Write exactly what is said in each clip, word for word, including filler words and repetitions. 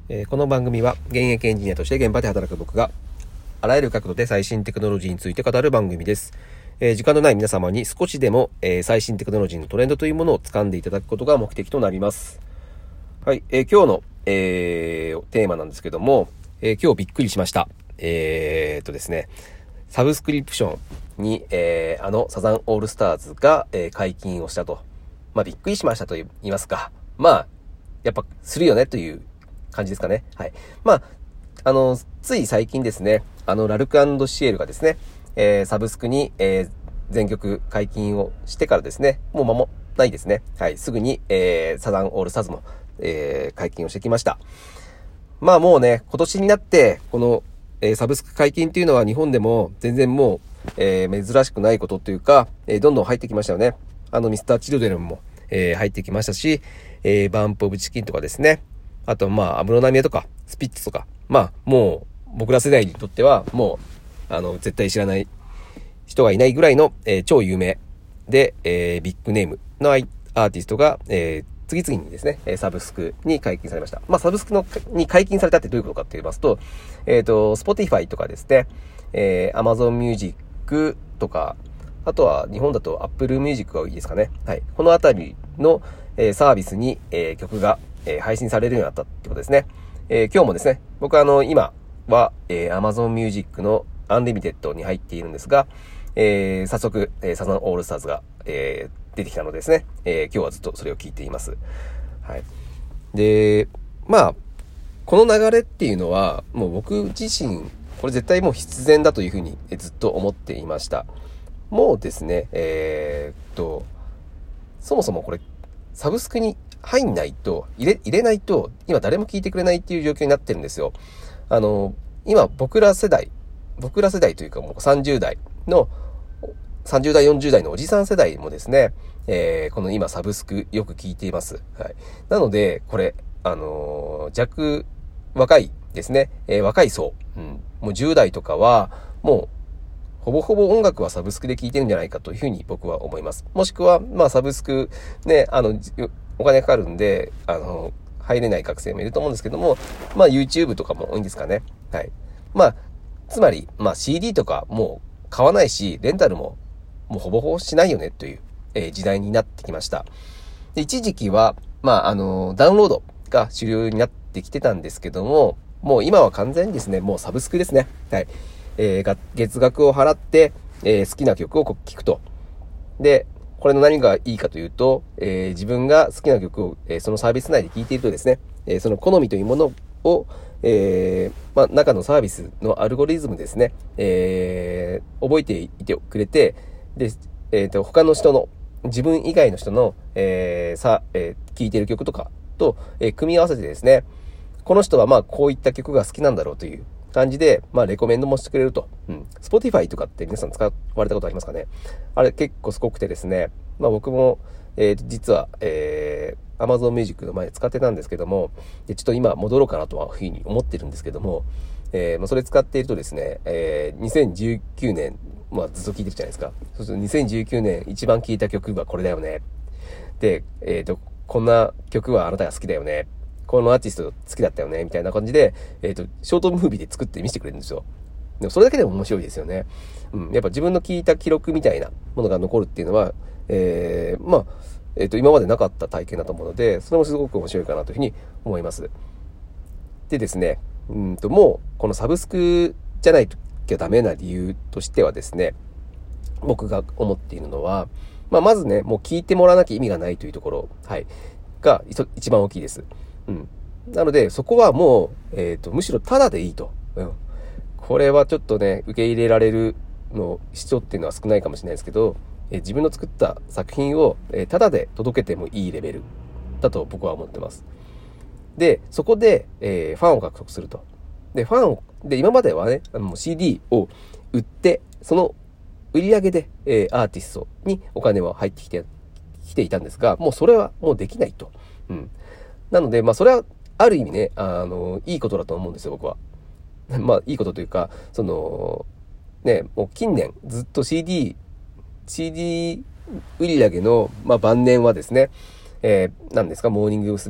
えーこの番組は現役エンジニアとして現場で働く僕があらゆる角度で最新テクノロジーについて語る番組です。えー時間のない皆様に少しでも、えー最新テクノロジーのトレンドというものを掴んでいただくことが目的となります。はい、えー今日の、えーテーマなんですけども、えー今日びっくりしました。えーっとですね、サブスクリプションに、えーあのサザンオールスターズが、えー解禁をしたと。まあびっくりしましたと言いますか。まあ、やっぱするよねという感じですかね。はい。まあ、あの、つい最近ですね、あの、ラルク&シエルがですね、えーサブスクに、えー全曲解禁をしてからですね、もう間もないですね。はい。すぐに、えーサザンオールスターズも、えー解禁をしてきました。まあもうね、今年になって、この、えーサブスク解禁っていうのは日本でも全然もう、えー珍しくないことというか、えーどんどん入ってきましたよね。あの、ミスターチルドレンも、えー入ってきましたし、えーバンプオブチキンとかですね。あと、まあ、安室奈美恵とか、スピッツとか、まあ、もう、僕ら世代にとっては、もう、あの、絶対知らない人がいないぐらいの、えー超有名で、えービッグネームのアーティストが、えー次々にですね、サブスクに解禁されました。まあ、サブスクのに解禁されたってどういうことかって言いますと、えっと、Spotify とかですね、えー、Amazon Music とか、あとは日本だと Apple Music が多いですかね。はい。このあたりの、えーサービスに、えー曲が、えー配信されるようになったってことですね。えー今日もですね、僕はあの、今は、えー Amazon Music の Unlimited に入っているんですが、えー早速、えーサザンオールスターズが、えー出てきたのでですね、えー今日はずっとそれを聞いています。はい。で、まあ、この流れっていうのは、もう僕自身、これ絶対もう必然だというふうにずっと思っていました。もうですね、えーっと、そもそもこれ、サブスクに入んないと、入れ、入れないと、今誰も聞いてくれないっていう状況になってるんですよ。あの、今僕ら世代、僕ら世代というかもうさんじゅう代の、さんじゅう代、よんじゅう代のおじさん世代もですね、えー、この今サブスクよく聞いています。はい。なので、これ、あのー若、若いですね、えー若い層、うん、もうじゅう代とかは、もう、ほぼほぼ音楽はサブスクで聴いてるんじゃないかというふうに僕は思います。もしくは、まあサブスクね、あの、お金かかるんで、あの、入れない学生もいると思うんですけども、まあ YouTube とかも多いんですかね。はい。まあ、つまり、まあ シーディー とかもう買わないし、レンタルももうほぼほぼしないよねという、えー時代になってきました。で、一時期は、まあ、あの、ダウンロードが主流になってきてたんですけども、もう今は完全にですね、もうサブスクですね。はい。えーが、月額を払って、えー好きな曲を聴くと。で、これの何がいいかというと、えー自分が好きな曲を、えーそのサービス内で聴いているとですね、えーその好みというものを、えーまあ、中のサービスのアルゴリズムですね、えー覚えていてくれて、で、えっと、他の人の、自分以外の人の、えーさ、えー聴いている曲とかと、えー組み合わせてですね、この人はまあこういった曲が好きなんだろうという感じで、まあレコメンドもしてくれると。うん。Spotify とかって皆さん使われたことありますかね？あれ結構すごくてですね、まあ僕も、えー、実は、えー、Amazon Music の前使ってたんですけども、でちょっと今戻ろうかなとはふうに思ってるんですけども、えー、まあそれ使っているとですね、えー、にせんじゅうきゅうねん、まあずっと聴いてるじゃないですか。そうするとにせんじゅうきゅうねん一番聴いた曲はこれだよね。で、えっと、こんな曲はあなたが好きだよね。このアーティスト好きだったよね。みたいな感じで、えっと、ショートムービーで作って見せてくれるんですよ。でもそれだけでも面白いですよね。うん。やっぱ自分の聞いた記録みたいなものが残るっていうのは、えー、まあ、えっと、今までなかった体験だと思うので、それもすごく面白いかなというふうに思います。でですね、うんと、もう、このサブスクじゃないときゃダメな理由としてはですね、僕が思っているのは、まあ、まずね、もう聞いてもらわなきゃ意味がないというところ、はい、が一番大きいです。うん。なので、そこはもう、えっと、むしろタダでいいと。うん。これはちょっとね、受け入れられるの人っていうのは少ないかもしれないですけど、え自分の作った作品を、えタダで届けてもいいレベルだと僕は思ってます。で、そこで、えーファンを獲得すると。で、ファンを、で、今まではね、あの シーディー を売って、その売り上げで、えーアーティストにお金は入ってきて、きていたんですが、もうそれはもうできないと。うん。なので、まあそれは、ある意味ね、あの、いいことだと思うんですよ、僕は。まあ、いいことというか、その、ね、もう近年ずっと シーディー、シーディー 売り上げの、まあ、晩年はですね、えー、何ですか、モーニング娘。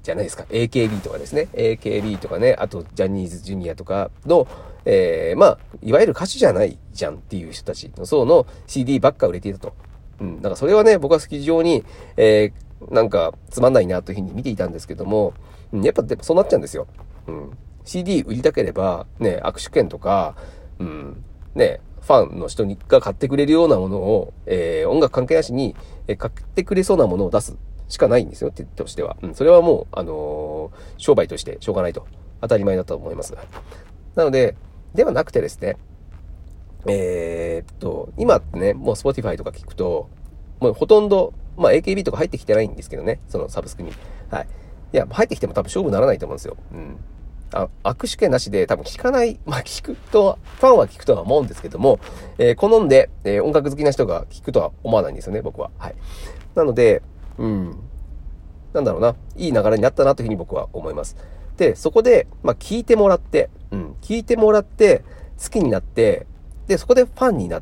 じゃないですか。エーケービー とかですね。エーケービー とかね、あとジャニーズジュニアとかの、えー、まあ、いわゆる歌手じゃないじゃんっていう人たちの層の シーディー ばっか売れていたと。うん。だからそれはね、僕は非常に、えー、なんかつまんないなというふうに見ていたんですけども、うん、やっぱでもそうなっちゃうんですよ。うん。シーディー 売りたければ、ね、握手券とか、うん、ね、ファンの人にが買ってくれるようなものを、えー、音楽関係なしに、えー、買ってくれそうなものを出すしかないんですよ、としては。うん、それはもう、あのー、商売としてしょうがないと。当たり前だと思います。なので、ではなくてですね、えー、っと、今ってね、もう Spotify とか聞くと、もうほとんど、まあ エーケービー とか入ってきてないんですけどね、そのサブスクに。はい。いや、入ってきても多分勝負にならないと思うんですよ。うん。あ、握手券なしで多分聞かない、まあ聞くと、ファンは聞くとは思うんですけども、えー、好んで、えー、音楽好きな人が聞くとは思わないんですよね、僕は。はい。なので、うん。なんだろうな、いい流れになったなというふうに僕は思います。で、そこで、まあ聞いてもらって、うん、聞いてもらって、好きになって、で、そこでファンになって、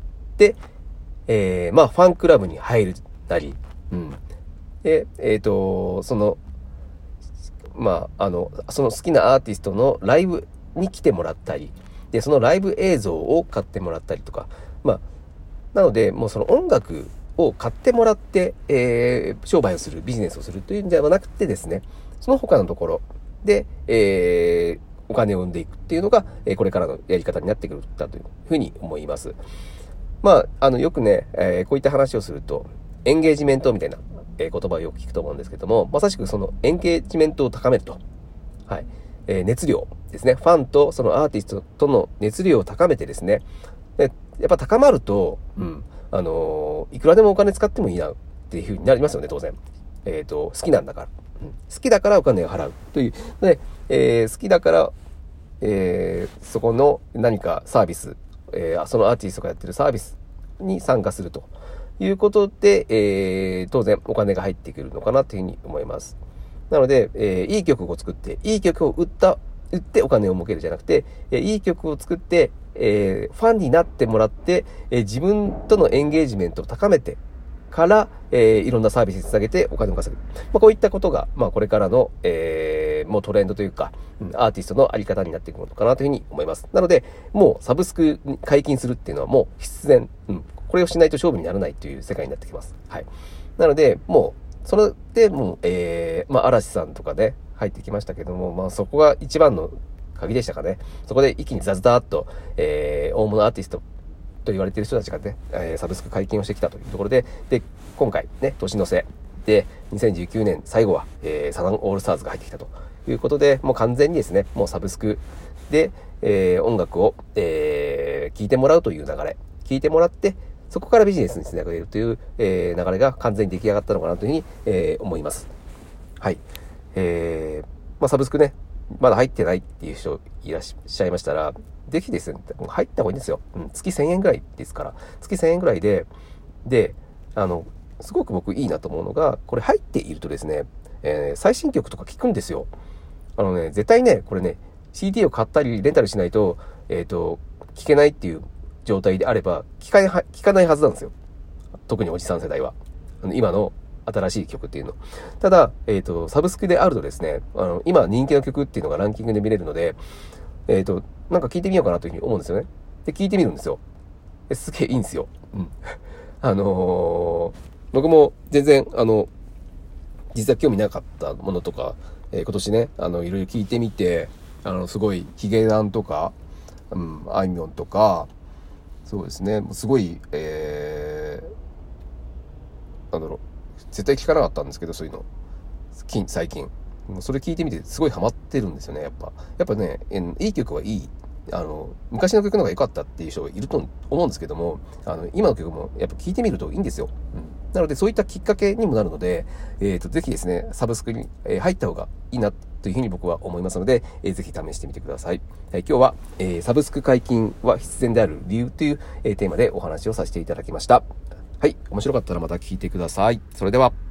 えー、まあファンクラブに入るなり、うん。で、えっと、その、まあ、あの、その好きなアーティストのライブに来てもらったり、で、そのライブ映像を買ってもらったりとか、まあ、なので、もうその音楽を買ってもらって、えー、商売をする、ビジネスをするというんではなくてですね、その他のところで、えー、お金を生んでいくっていうのが、えー、これからのやり方になってくるんだというふうに思います。まあ、あの、よくね、えー、こういった話をすると、エンゲージメントみたいな、えー、言葉をよく聞くと思うんですけども、まさしくそのエンゲージメントを高めると。はい。えー、熱量ですね。ファンとそのアーティストとの熱量を高めてですね。で、やっぱ高まると、うん、あのー、いくらでもお金使ってもいいなっていうふうになりますよね、当然。えっと、好きなんだから。うん、好きだからお金を払うという。で、えー、好きだから、えー、そこの何かサービス、えー、そのアーティストがやってるサービスに参加するということで、えー、当然お金が入ってくるのかなというふうに思います。なので、えー、いい曲を作って、いい曲を売った、売ってお金を儲けるじゃなくて、えー、いい曲を作って、えー、ファンになってもらって、えー、自分とのエンゲージメントを高めてから、えー、いろんなサービスにつなげてお金を稼ぐ。まあ、こういったことが、まあ、これからの、えー、もうトレンドというか、うん、アーティストのあり方になっていくのかなというふうに思います。なので、もうサブスクに解禁するっていうのはもう必然、うん、これをしないと勝負にならないという世界になってきます。はい。なので、もう、それでもう、えー、まあ、嵐さんとかね、入ってきましたけども、まあ、そこが一番の鍵でしたかね。そこで一気にザズダーっと、えー、大物アーティストと言われている人たちがね、えー、サブスク解禁をしてきたというところで、で、今回ね、年の瀬で、にせんじゅうきゅうねん最後は、えー、サザンオールスターズが入ってきたということで、もう完全にですね、もうサブスクで、えー、音楽を、えー、聴いてもらうという流れ、聴いてもらって、そこからビジネスにつなげるという、えー、流れが完全に出来上がったのかなというふうに、えー、思います。はい。えー、まあ、サブスクね、まだ入ってないっていう人いらっしゃいましたら、ぜひですね、入った方がいいんですよ。うん、月せんえんぐらいですから。月せんえんぐらいで、で、あの、すごく僕いいなと思うのが、これ入っているとですね、えー、最新曲とか聞くんですよ。あのね、絶対ね、これね、シーディー を買ったりレンタルしないと、えっと、聞けないっていう状態であれば、聞かないは、聞かないはずなんですよ。特におじさん世代は。あの今の新しい曲っていうの。ただ、えっと、サブスクであるとですね、あの、今人気の曲っていうのがランキングで見れるので、えっと、なんか聞いてみようかなというふうに思うんですよね。で、聞いてみるんですよ。すげえいいんですよ。うん。あのー、僕も全然、あの、実は興味なかったものとか、えー、今年ね、あの、いろいろ聞いてみて、あの、すごい、ヒゲダンとか、うん、あいみょんとか、そうですね、すごい、えー、なんだろう、絶対聞かなかったんですけど、そういうの。最近。それ聞いてみて、すごいハマってるんですよね、やっぱ。やっぱね、いい曲はいい。あの、昔の曲の方が良かったっていう人がいると思うんですけども、あの、今の曲もやっぱ聴いてみるといいんですよ。うん。なので、そういったきっかけにもなるので、えっと、ぜひですね、サブスクに入った方がいいなというふうに僕は思いますので、えー、ぜひ試してみてください。はい、今日は、えー、サブスク解禁は必然である理由という、えー、テーマでお話をさせていただきました。はい、面白かったらまた聞いてください。それでは。